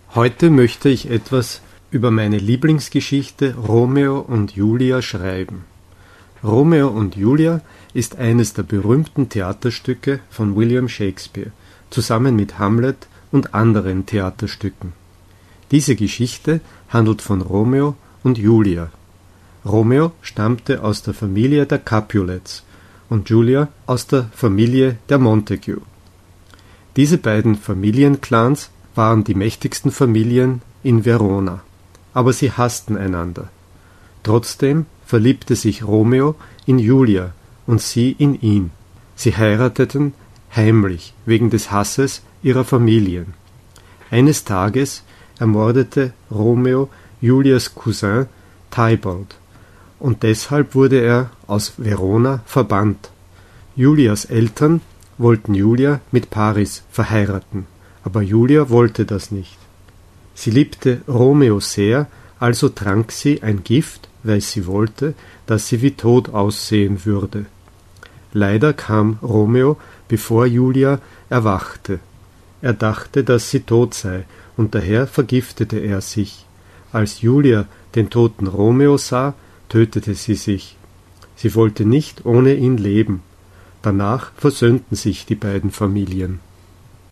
Heute möchte ich etwas über meine Lieblingsgeschichte Romeo und Julia schreiben. Romeo und Julia ist eines der berühmten Theaterstücke von William Shakespeare, zusammen mit Hamlet und anderen Theaterstücken. Diese Geschichte handelt von Romeo und Julia. Romeo stammte aus der Familie der Capulets und Julia aus der Familie der Montague. Diese beiden Familienclans waren die mächtigsten Familien in Verona, aber sie hassten einander. Trotzdem verliebte sich Romeo in Julia und sie in ihn. Sie heirateten heimlich wegen des Hasses ihrer Familien. Eines Tages ermordete Romeo Julias Cousin Tybalt und deshalb wurde er aus Verona verbannt. Julias Eltern wollten Julia mit Paris verheiraten, aber Julia wollte das nicht. Sie liebte Romeo sehr, also trank sie ein Gift, weil sie wollte, dass sie wie tot aussehen würde. Leider kam Romeo, bevor Julia erwachte. Er dachte, dass sie tot sei, und daher vergiftete er sich. Als Julia den toten Romeo sah, tötete sie sich. Sie wollte nicht ohne ihn leben. Danach versöhnten sich die beiden Familien.